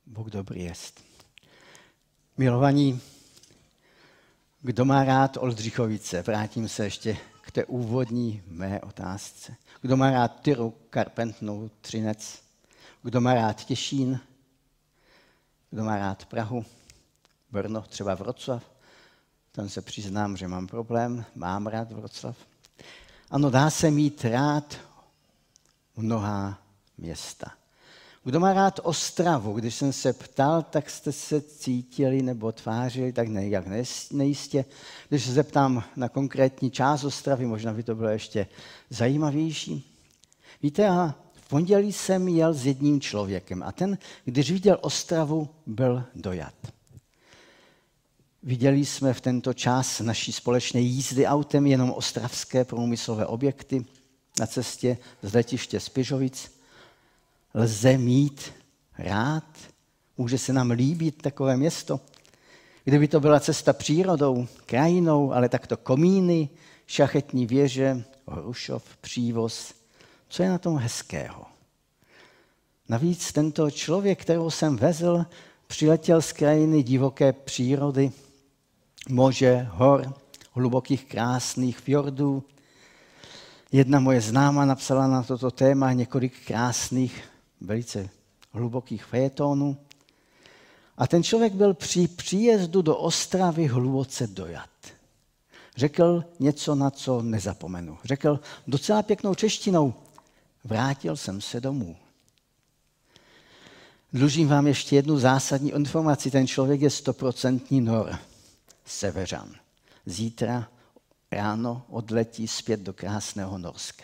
Bůh dobrý jest. Milovaní, kdo má rád Oldřichovice? Vrátím se ještě k té úvodní mé otázce. Kdo má rád Tyru, Karpentnou, Třinec? Kdo má rád Těšín? Kdo má rád Prahu, Brno, třeba Wrocław? Tam se přiznám, že mám problém, mám rád Wrocław. Ano, dá se mít rád mnohá města. Kdo má rád Ostravu? Když jsem se ptal, tak jste se cítili nebo tvářili tak nějak nejistě. Když se zeptám na konkrétní část Ostravy, možná by to bylo ještě zajímavější. Víte, a v pondělí jsem jel s jedním člověkem a ten, když viděl Ostravu, byl dojat. Viděli jsme v tento čas naší společné jízdy autem jenom ostravské průmyslové objekty na cestě z letiště Spišovic. Lze mít rád, může se nám líbit takové město. Kdyby to byla cesta přírodou, krajinou, ale takto komíny, šachetní věže, Hrušov, Přívoz. Co je na tom hezkého? Navíc tento člověk, kterou jsem vezl, přiletěl z krajiny divoké přírody, moře, hor, hlubokých krásných fjordů. Jedna moje známá napsala na toto téma několik krásných, velice hlubokých fejetonů. A ten člověk byl při příjezdu do Ostravy hluboce dojat. Řekl něco, na co nezapomenu. Řekl docela pěknou češtinou: vrátil jsem se domů. Dlužím vám ještě jednu zásadní informaci. Ten člověk je 100% Nor, severan. Zítra ráno odletí zpět do krásného Norska.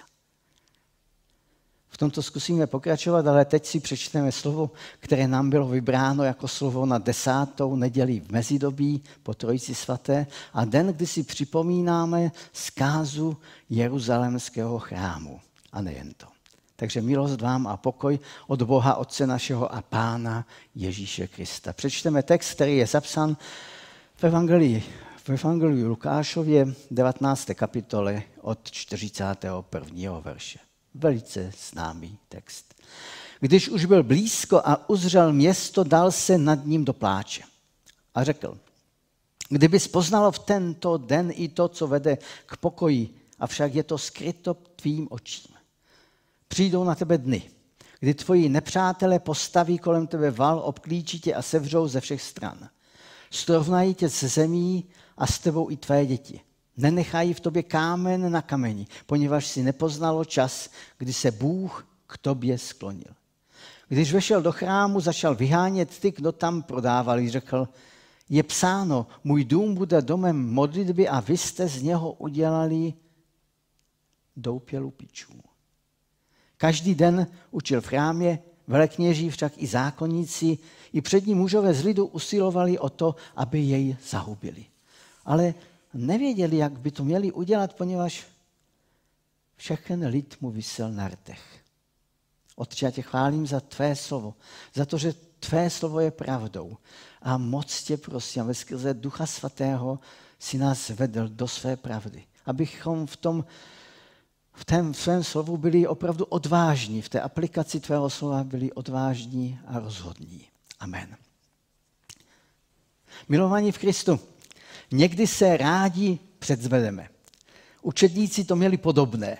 V tomto zkusíme pokračovat, ale teď si přečteme slovo, které nám bylo vybráno jako slovo na 10. neděli v mezidobí po Trojici svaté a den, kdy si připomínáme zkázu Jeruzalémského chrámu. A nejen to. Takže milost vám a pokoj od Boha Otce našeho a Pána Ježíše Krista. Přečteme text, který je zapsán v Evangeliu Lukášově 19. kapitole od 41. verše. Velice známý text. Když už byl blízko a uzřel město, dal se nad ním do pláče. A řekl: kdybys poznalo v tento den i to, co vede k pokoji, avšak je to skryto tvým očím. Přijdou na tebe dny, kdy tvoji nepřátelé postaví kolem tebe val, obklíčí tě a sevřou ze všech stran. Srovnají tě se zemí a s tebou i tvé děti. Nenechají v tobě kámen na kameni, poněvadž si nepoznalo čas, kdy se Bůh k tobě sklonil. Když vešel do chrámu, začal vyhánět ty, kdo tam prodávali. Řekl: je psáno, můj dům bude domem modlitby a vy jste z něho udělali doupě lupičů. Každý den učil v chrámě, velekněží, však i zákonníci, i přední mužové z lidu usilovali o to, aby jej zahubili. Ale nevěděli, jak by to měli udělat, poněvadž všechen lid mu visel na rtech. Otče, já tě chválím za tvé slovo, za to, že tvé slovo je pravdou. A moc tě prosím, aby skrze Ducha Svatého si nás vedl do své pravdy. Abychom v svém slovu byli opravdu odvážní, v té aplikaci tvého slova byli odvážní a rozhodní. Amen. Milovaní v Kristu, někdy se rádi předzvedeme. Učedníci to měli podobné.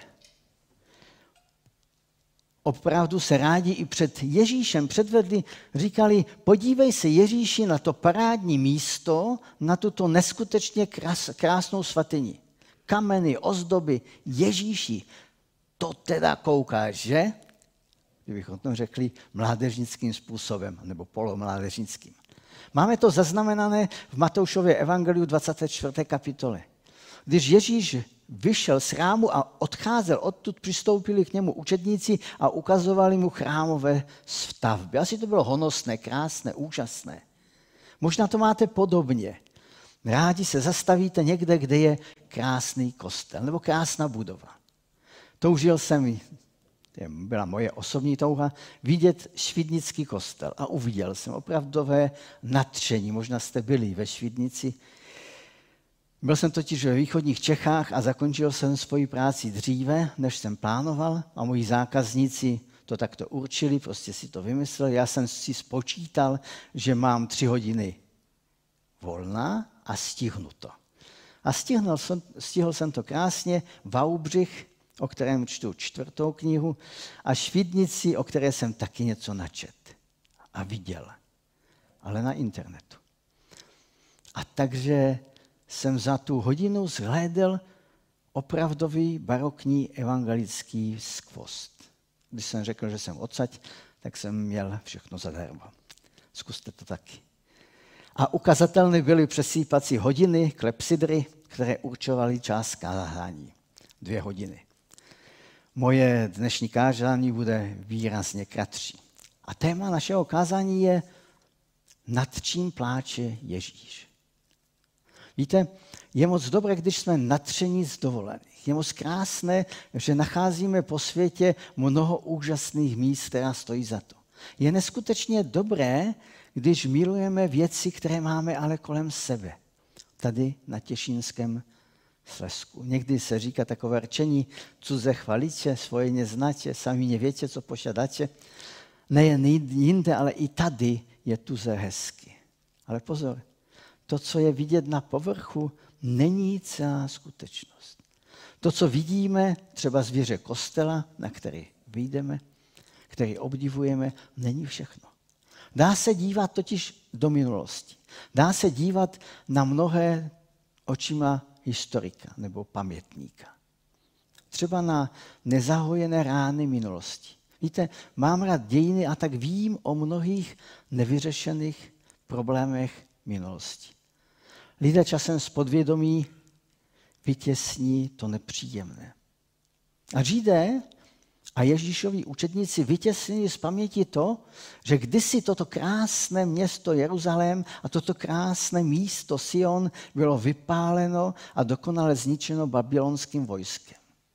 Opravdu se rádi i před Ježíšem předvedli, říkali: podívej se, Ježíši, na to parádní místo, na tuto neskutečně krásnou svatyni. Kameny, ozdoby, Ježíši, to teda koukáš, že? Kdybychom to řekli mládežnickým způsobem, nebo polomládežnickým. Máme to zaznamenané v Matoušově evangeliu 24. kapitole. Když Ježíš vyšel z chrámu a odcházel odtud, přistoupili k němu učedníci a ukazovali mu chrámové stavby. Asi to bylo honosné, krásné, úžasné. Možná to máte podobně. Rádi se zastavíte někde, kde je krásný kostel nebo krásná budova. Toužil jsem, byla moje osobní touha, vidět Švidnický kostel a uviděl jsem opravdové nadšení. Možná jste byli ve Švidnici. Byl jsem totiž ve východních Čechách a zakončil jsem svoji práci dříve, než jsem plánoval, a moji zákazníci to takto určili, prostě si to vymyslel. Já jsem si spočítal, že mám 3 hodiny volna a stihnu to. A stihl jsem to krásně, Vaubřich, o kterém čtu 4. knihu, a Švidnici, o které jsem taky něco načet a viděl, ale na internetu. A takže jsem za tu hodinu zhlédl opravdový barokní evangelický skvost. Když jsem řekl, že jsem odsaď, tak jsem měl všechno zadarmo. Zkuste to taky. A ukazatelny byly přesýpací hodiny, klepsydry, které určovaly čas kázání. 2 hodiny. Moje dnešní kázání bude výrazně kratší. A téma našeho kázání je nad čím pláče Ježíš. Víte, je moc dobré, když jsme nadšení z dovolených. Je moc krásné, že nacházíme po světě mnoho úžasných míst, která stojí za to. Je neskutečně dobré, když milujeme věci, které máme ale kolem sebe. Tady na Těšínském Slezsku. Někdy se říká takové rčení, cudze chvaliče, svoje neznače, sami nevětě, co pošadače. Nejen jinde, ale i tady je tuze hezky. Ale pozor, to, co je vidět na povrchu, není celá skutečnost. To, co vidíme, třeba zvěře kostela, na který vyjdeme, který obdivujeme, není všechno. Dá se dívat totiž do minulosti. Dá se dívat na mnohé očima historika nebo pamětníka. Třeba na nezahojené rány minulosti. Víte, mám rád dějiny a tak vím o mnohých nevyřešených problémech minulosti. Lidé časem z podvědomí vytěsní to nepříjemné. A Židé a Ježíšovi učedníci vytěsnili z paměti to, že kdysi toto krásné město Jeruzalém a toto krásné místo Sion bylo vypáleno a dokonale zničeno babylonským vojskem.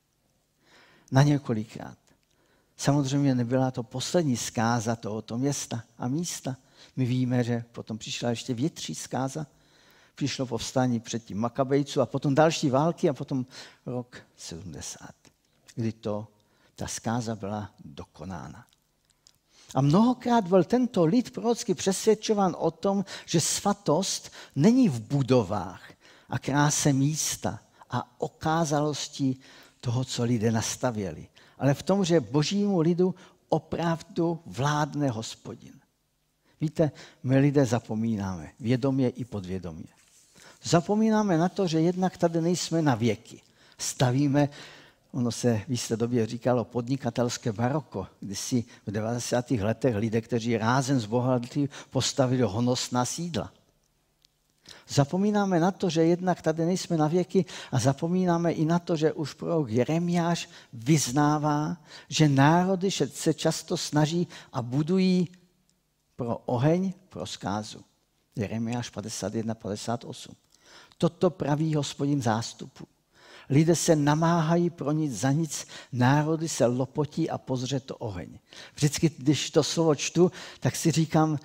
Na několikrát. Samozřejmě nebyla to poslední zkáza tohoto města a místa. My víme, že potom přišla ještě větší zkáza. Přišlo povstání předtím Makabejců a potom další války a potom rok 70, kdy ta zkáza byla dokonána. A mnohokrát byl tento lid prorocky přesvědčován o tom, že svatost není v budovách a kráse místa a okázalosti toho, co lidé nastavěli, ale v tom, že božímu lidu opravdu vládne Hospodin. Víte, my lidé zapomínáme, vědomě i podvědomě. Zapomínáme na to, že jednak tady nejsme na věky. Stavíme, ono se v jisté době říkalo podnikatelské baroko, kdy si v 90. letech lidé, kteří rázem zbohatli, postavili honosná sídla. Zapomínáme na to, že jednak tady nejsme na věky a zapomínáme i na to, že už prorok Jeremiáš vyznává, že národy se často snaží a budují pro oheň, pro zkázu. Jeremiáš 51-58. Toto praví Hospodin zástupu. Lidé se namáhají pro nic za nic, národy se lopotí a pozře to oheň. Vždycky, když to slovo čtu, tak si říkám,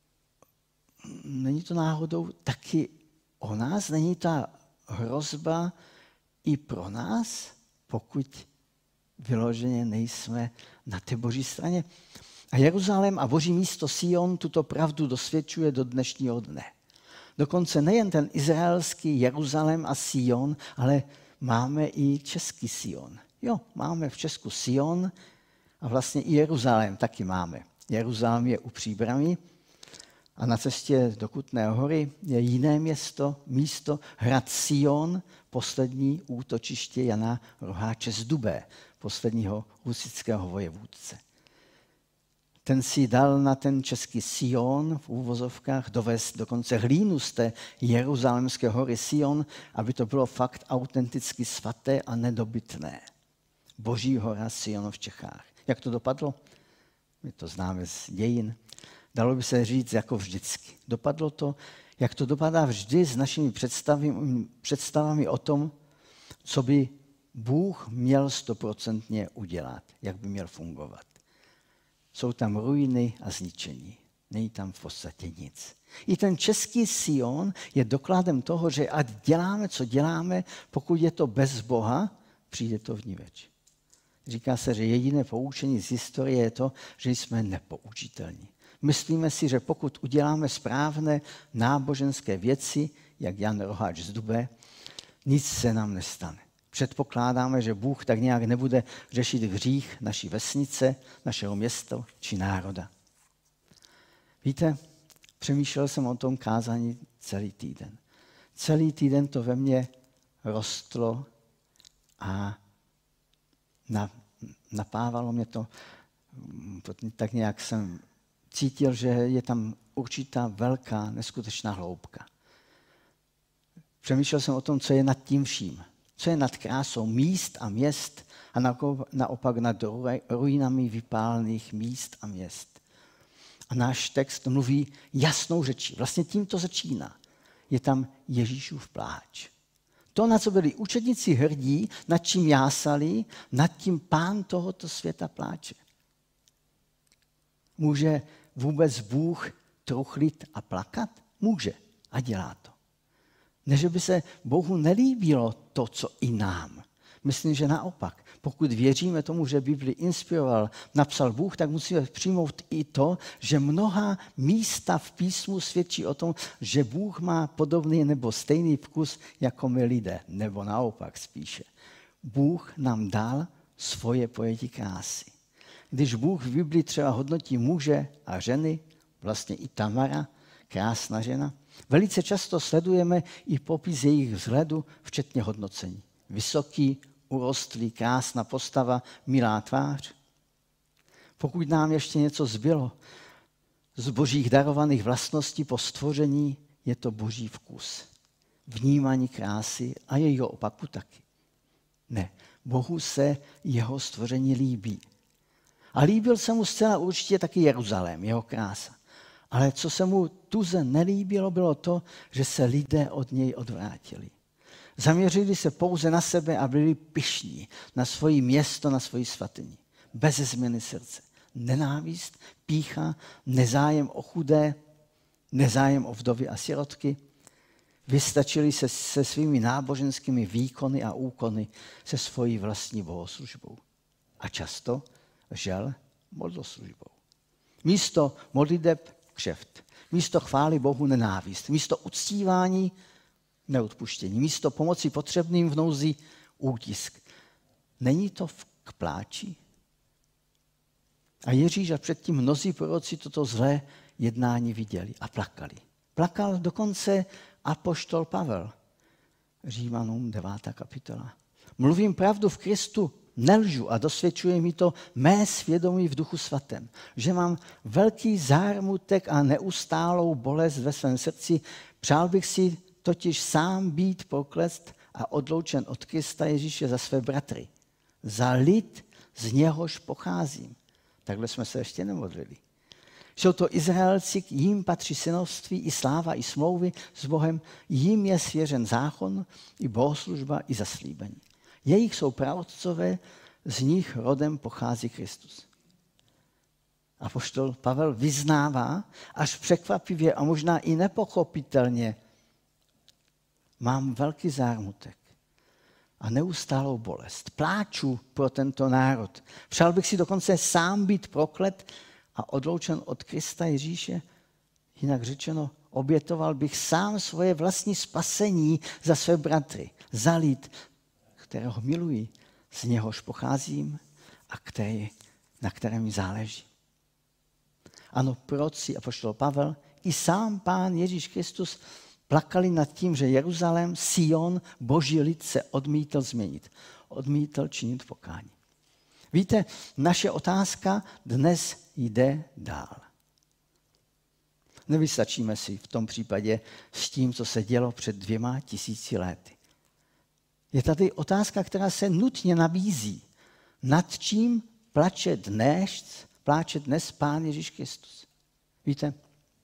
není to náhodou taky o nás? Není ta hrozba i pro nás, pokud vyloženě nejsme na té boží straně? A Jeruzalém a boží místo Sion tuto pravdu dosvědčuje do dnešního dne. Dokonce nejen ten izraelský Jeruzalém a Sion, ale máme i český Sion. Jo, máme v Česku Sion a vlastně i Jeruzalém taky máme. Jeruzalém je u Příbrami a na cestě do Kutné Hory je jiné místo hrad Sion, poslední útočiště Jana Roháče z Dubé, posledního husitského vojevůdce. Ten si dal na ten český Sion v úvozovkách dovést dokonce hlínu z té jeruzalémské hory Sion, aby to bylo fakt autenticky svaté a nedobytné. Boží hora Sion v Čechách. Jak to dopadlo? My to známe z dějin. Dalo by se říct jako vždycky. Dopadlo to, jak to dopadá vždy s našimi představami o tom, co by Bůh měl 100% udělat, jak by měl fungovat. Jsou tam ruiny a zničení. Není tam v podstatě nic. I ten český Sion je dokladem toho, že ať děláme, co děláme, pokud je to bez Boha, přijde to vniveč. Říká se, že jediné poučení z historie je to, že jsme nepoučitelní. Myslíme si, že pokud uděláme správné náboženské věci, jak Jan Roháč z Dube, nic se nám nestane. Předpokládáme, že Bůh tak nějak nebude řešit hřích naší vesnice, našeho města či národa. Víte, přemýšlel jsem o tom kázání celý týden. Celý týden to ve mně rostlo a napávalo mě to, tak nějak jsem cítil, že je tam určitá velká, neskutečná hloubka. Přemýšlel jsem o tom, co je nad tím vším. Co je nad krásou míst a měst a naopak nad ruinami vypálených míst a měst. A náš text mluví jasnou řečí. Vlastně tím to začíná. Je tam Ježíšův pláč. To, na co byli učedníci hrdí, nad čím jásali, nad tím Pán tohoto světa pláče. Může vůbec Bůh truchlit a plakat? Může a dělá to. Ne, že by se Bohu nelíbilo to, co i nám. Myslím, že naopak. Pokud věříme tomu, že Bibli inspiroval, napsal Bůh, tak musíme přijmout i to, že mnoha místa v písmu svědčí o tom, že Bůh má podobný nebo stejný vkus jako my lidé. Nebo naopak spíše. Bůh nám dal svoje pojetí krásy. Když Bůh v Bibli třeba hodnotí muže a ženy, vlastně i Tamara, krásná žena, velice často sledujeme i popis jejich vzhledu, včetně hodnocení. Vysoký, urostlý, krásná postava, milá tvář. Pokud nám ještě něco zbylo z božích darovaných vlastností po stvoření, je to boží vkus. Vnímání krásy a jejího opaku taky. Ne, Bohu se jeho stvoření líbí. A líbil se mu zcela určitě taky Jeruzalém, jeho krása. Ale co se mu tuze nelíbilo, bylo to, že se lidé od něj odvrátili. Zaměřili se pouze na sebe a byli pyšní na svoje město, na svoji svatyni. Bez změny srdce. Nenávist, pýcha, nezájem o chudé, nezájem o vdovy a sirotky. Vystačili se svými náboženskými výkony a úkony se svojí vlastní bohoslužbou. A často, žel, modloslužbou. Místo modliteb kšeft. Místo chvály Bohu nenávist. Místo uctívání neodpuštění. Místo pomoci potřebným v nouzi útisk. Není to k pláči? A Ježíš a předtím mnozí proroci toto zlé jednání viděli a plakali. Plakal dokonce apoštol Pavel. Římanům 9. kapitola. Mluvím pravdu v Kristu, nelžu a dosvědčuje mi to mé svědomí v Duchu svatém, že mám velký zármutek a neustálou bolest ve svém srdci. Přál bych si totiž sám být proklet a odloučen od Krista Ježíše za své bratry. Za lid, z něhož pocházím. Takhle jsme se ještě nemodlili. Jsou to Izraelci, jim patří synovství, i sláva, i smlouvy s Bohem, jim je svěřen zákon, i bohoslužba, i zaslíbení. Jejich jsou praotcové, z nich rodem pochází Kristus. Apoštol Pavel vyznává až překvapivě a možná i nepochopitelně: mám velký zármutek a neustálou bolest. Pláču pro tento národ. Přál bych si dokonce sám být proklet a odloučen od Krista Ježíše. Jinak řečeno, obětoval bych sám svoje vlastní spasení za své bratry, za lid, kterého miluji, z něhož pocházím a na kterém mi záleží. Ano, proroci apoštol Pavel i sám Pán Ježíš Kristus plakali nad tím, že Jeruzalém, Sion, boží lid se odmítl změnit. Odmítl činit pokání. Víte, naše otázka dnes jde dál. Nevystačíme si v tom případě s tím, co se dělo před 2000 lety. Je tady otázka, která se nutně nabízí. Nad čím pláče dnes Pán Ježíš Kristus? Víte,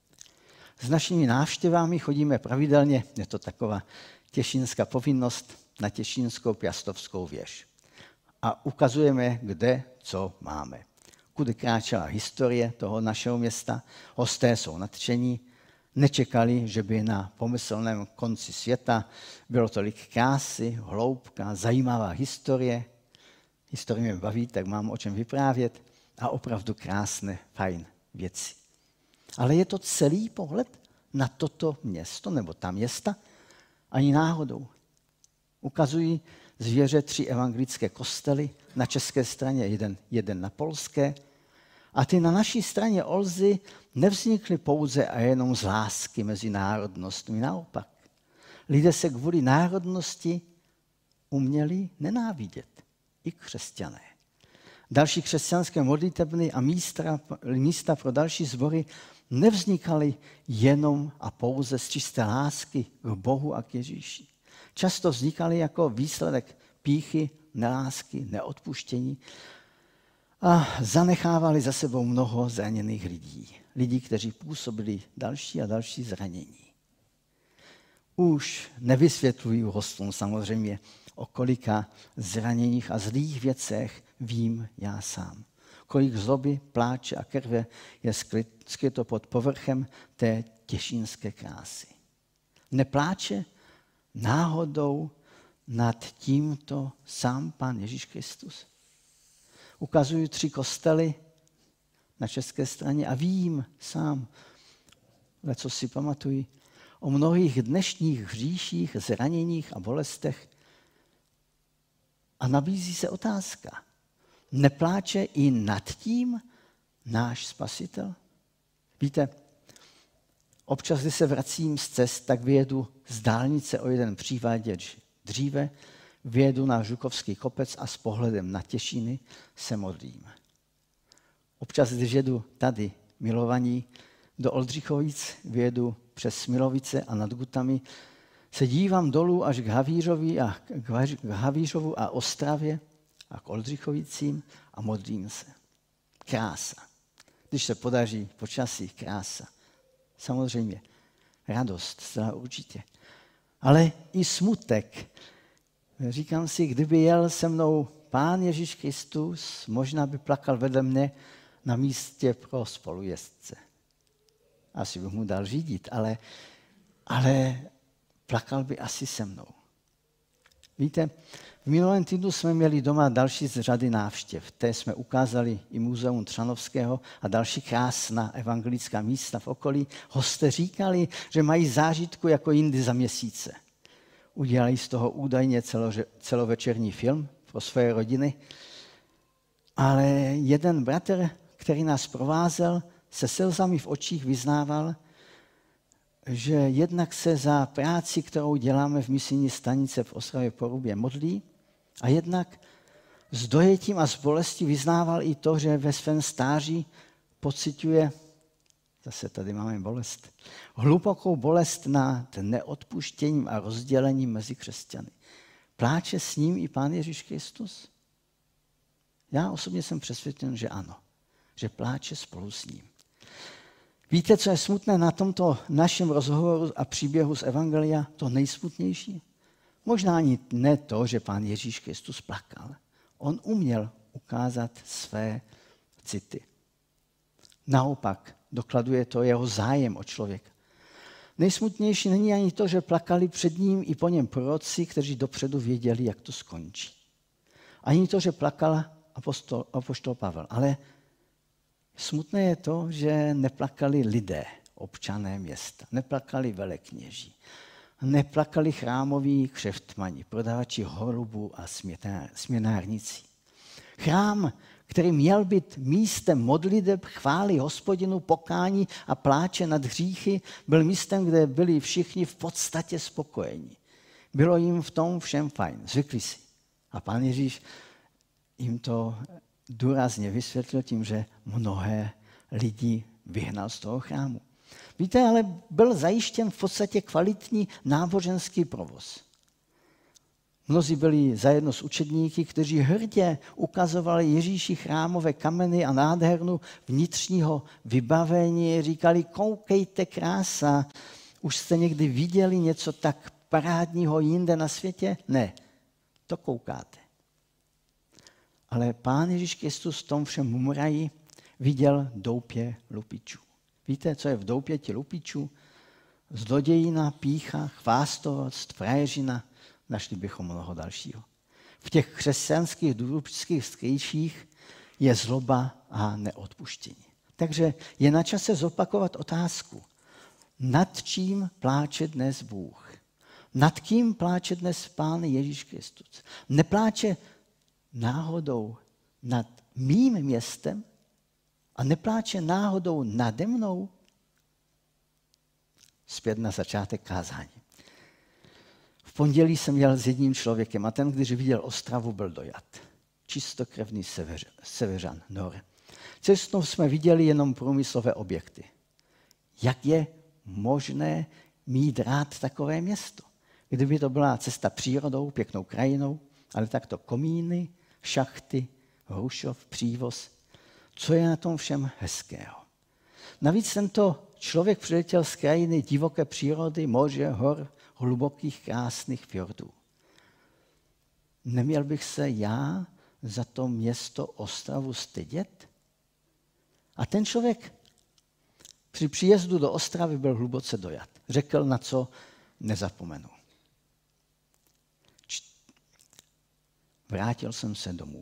s našimi návštěvami chodíme pravidelně, je to taková těšínská povinnost, na Těšínskou Piastovskou věž. A ukazujeme, kde co máme. Kudy kráčela historie toho našeho města, hosté jsou nadšení, nečekali, že by na pomyslném konci světa bylo tolik krásy, hloubka, zajímavá historie. historie mě baví, tak mám o čem vyprávět a opravdu krásné, fajn věci. Ale je to celý pohled na toto město nebo ta města? Ani náhodou. Ukazují zvěře 3 evangelické kostely, na české straně jeden na polské. A ty na naší straně Olzy nevznikly pouze a jenom z lásky mezi národnostmi. Naopak, lidé se kvůli národnosti uměli nenávidět. I křesťané. Další křesťanské modlitebny a místa pro další sbory nevznikaly jenom a pouze z čisté lásky k Bohu a k Ježíši. Často vznikaly jako výsledek pýchy, nelásky, neodpuštění a zanechávali za sebou mnoho zraněných lidí. Lidí, kteří působili další a další zranění. Už nevysvětluji hostům samozřejmě, o kolika zraněních a zlých věcech vím já sám. Kolik zloby, pláče a krve je skryto pod povrchem té těšínské krásy. Nepláče náhodou nad tímto sám Pán Ježíš Kristus. Ukazují 3 kostely na české straně a vím sám, co si pamatuji, o mnohých dnešních hříších, zraněních a bolestech. A nabízí se otázka, nepláče i nad tím náš Spasitel? Víte, občas, když se vracím z cest, tak vyjedu z dálnice o jeden přívaděč dříve, vyjedu na Žukovský kopec a s pohledem na Těšíny se modlím. Občas, když jedu tady, milovaní, do Oldřichovic, vyjedu přes Smilovice a nad Gutami, se dívám dolů až k Havířovu a Ostravě a k Oldřichovicím a modlím se. Krása. Když se podaří počasí, krása. Samozřejmě, radost, zcela určitě. Ale i smutek. Říkám si, kdyby jel se mnou Pán Ježíš Kristus, možná by plakal vedle mne na místě pro spolujezdce. Asi bych mu dal řídit, ale plakal by asi se mnou. Víte, v minulém týdnu jsme měli doma další z řady návštěv. Té jsme ukázali i Muzeum Třanovského a další krásná evangelická místa v okolí. Hosté říkali, že mají zážitku jako jindy za měsíce. Udělali z toho údajně celovečerní film pro své rodiny. Ale jeden bratr, který nás provázel, se slzami v očích vyznával, že jednak se za práci, kterou děláme v misijní stanice v Ostravě Porubě, modlí a jednak s dojetím a s bolestí vyznával i to, že ve svém stáří pociťuje, zase tady máme bolest, hlubokou bolest nad neodpuštěním a rozdělením mezi křesťany. Pláče s ním i Pán Ježíš Kristus? Já osobně jsem přesvědčen, že ano, že pláče spolu s ním. Víte, co je smutné na tomto našem rozhovoru a příběhu z Evangelia? To nejsmutnější? Možná ani ne to, že Pán Ježíš Kristus plakal. On uměl ukázat své city. Naopak dokladuje to jeho zájem o člověka. Nejsmutnější není ani to, že plakali před ním i po něm proroci, kteří dopředu věděli, jak to skončí. Ani to, že plakal apoštol Pavel, ale smutné je to, že neplakali lidé, občané města, neplakali velekněží, neplakali chrámoví kšeftmani, prodavači holubů a směnárníci. Chrám, který měl být místem modliteb, chvály Hospodinu, pokání a pláče nad hříchy, byl místem, kde byli všichni v podstatě spokojení. Bylo jim v tom všem fajn, zvykli si. A Pán Ježíš jim to důrazně vysvětlil tím, že mnohé lidi vyhnal z toho chrámu. Víte, ale byl zajištěn v podstatě kvalitní náboženský provoz. Mnozí byli zajedno s učedníky, kteří hrdě ukazovali Ježíši chrámové kameny a nádhernu vnitřního vybavení. Říkali, koukejte, krása, už jste někdy viděli něco tak parádního jinde na světě? Ne, to koukáte. Ale Pán Ježíš Kristus v tom všem mumraji viděl doupě lupičů. Víte, co je v doupěti lupičů? Zlodějina, pýcha, chvástavost, frajeřina, našli bychom mnoho dalšího. v těch křesťanských důvodčích skrýších je zloba a neodpuštění. Takže je na čase zopakovat otázku, nad čím pláče dnes Bůh? Nad kým pláče dnes Pán Ježíš Kristus? Nepláče náhodou nad mým městem a nepláče náhodou nade mnou? Zpět na začátek kázání. V pondělí jsem jel s jedním člověkem a ten, když viděl Ostravu, byl dojat. Čistokrevný severan, Nor. Cestou jsme viděli jenom průmyslové objekty. Jak je možné mít rád takové město? Kdyby to byla cesta přírodou, pěknou krajinou, ale takto komíny, šachty, hrušov, přívoz. Co je na tom všem hezkého? Navíc tento člověk přiletěl z krajiny divoké přírody, moře, hor, hlubokých, krásných fjordů. Neměl bych se já za to město Ostravu stydět? A ten člověk při příjezdu do Ostravy byl hluboce dojat. Řekl, na co nezapomenu. Vrátil jsem se domů.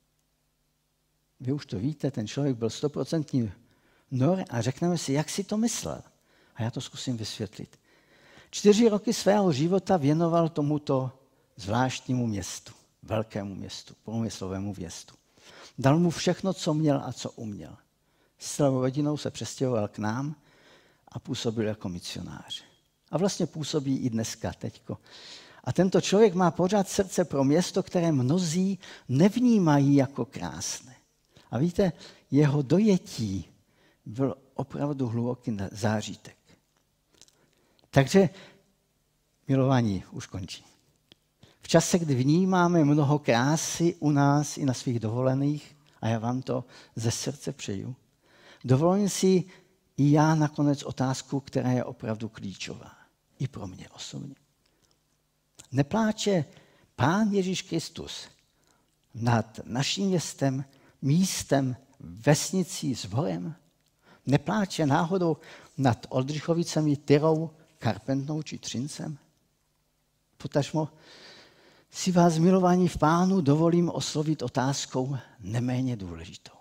Vy už to víte, ten člověk byl 100% Nor a řekneme si, jak si to myslel. A já to zkusím vysvětlit. 4 roky svého života věnoval tomuto zvláštnímu městu, velkému městu, průmyslovému městu. Dal mu všechno, co měl a co uměl. S celou rodinou se přestěhoval k nám a působil jako misionář. A vlastně působí i dneska, teďko. A tento člověk má pořád srdce pro město, které mnozí nevnímají jako krásné. A víte, jeho dojetí byl opravdu hluboký zážitek. Takže, milovaní, už končí. V čase, kdy vnímáme mnoho krásy u nás i na svých dovolených, a já vám to ze srdce přeju, dovolím si i já nakonec otázku, která je opravdu klíčová. I pro mě osobně. Nepláče Pán Ježíš Kristus nad naším městem, místem, vesnicí, sborem? Nepláče náhodou nad Oldřichovicemi, Tyrou, Karpentnou či Třincem? Potažmo si vás, milovaní v Pánu, dovolím oslovit otázkou neméně důležitou.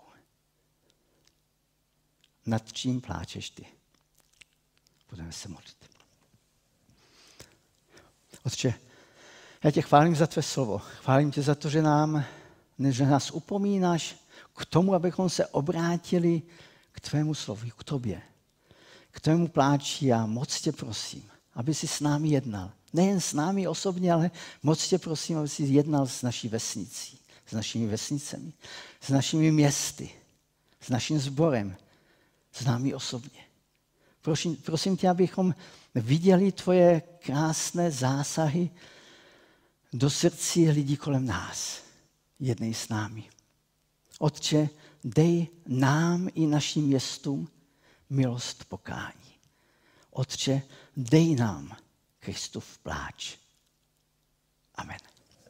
Nad čím pláčeš ty? Budeme se modlit. Otče, já tě chválím za tvé slovo. Chválím tě za to, že nás upomínáš k tomu, abychom se obrátili k tvému slovu, k tobě, k tvému pláči a moc tě prosím, aby si s námi jednal. Nejen s námi osobně, ale moc tě prosím, aby si jednal s naší vesnicí, s našimi vesnicemi, s našimi městy, s naším sborem, s námi osobně. Prosím tě, abychom viděli tvoje krásné zásahy do srdcí lidí kolem nás. Jednej s námi. Otče, dej nám i našim městům milost pokání. Otče, dej nám Kristův pláč. Amen.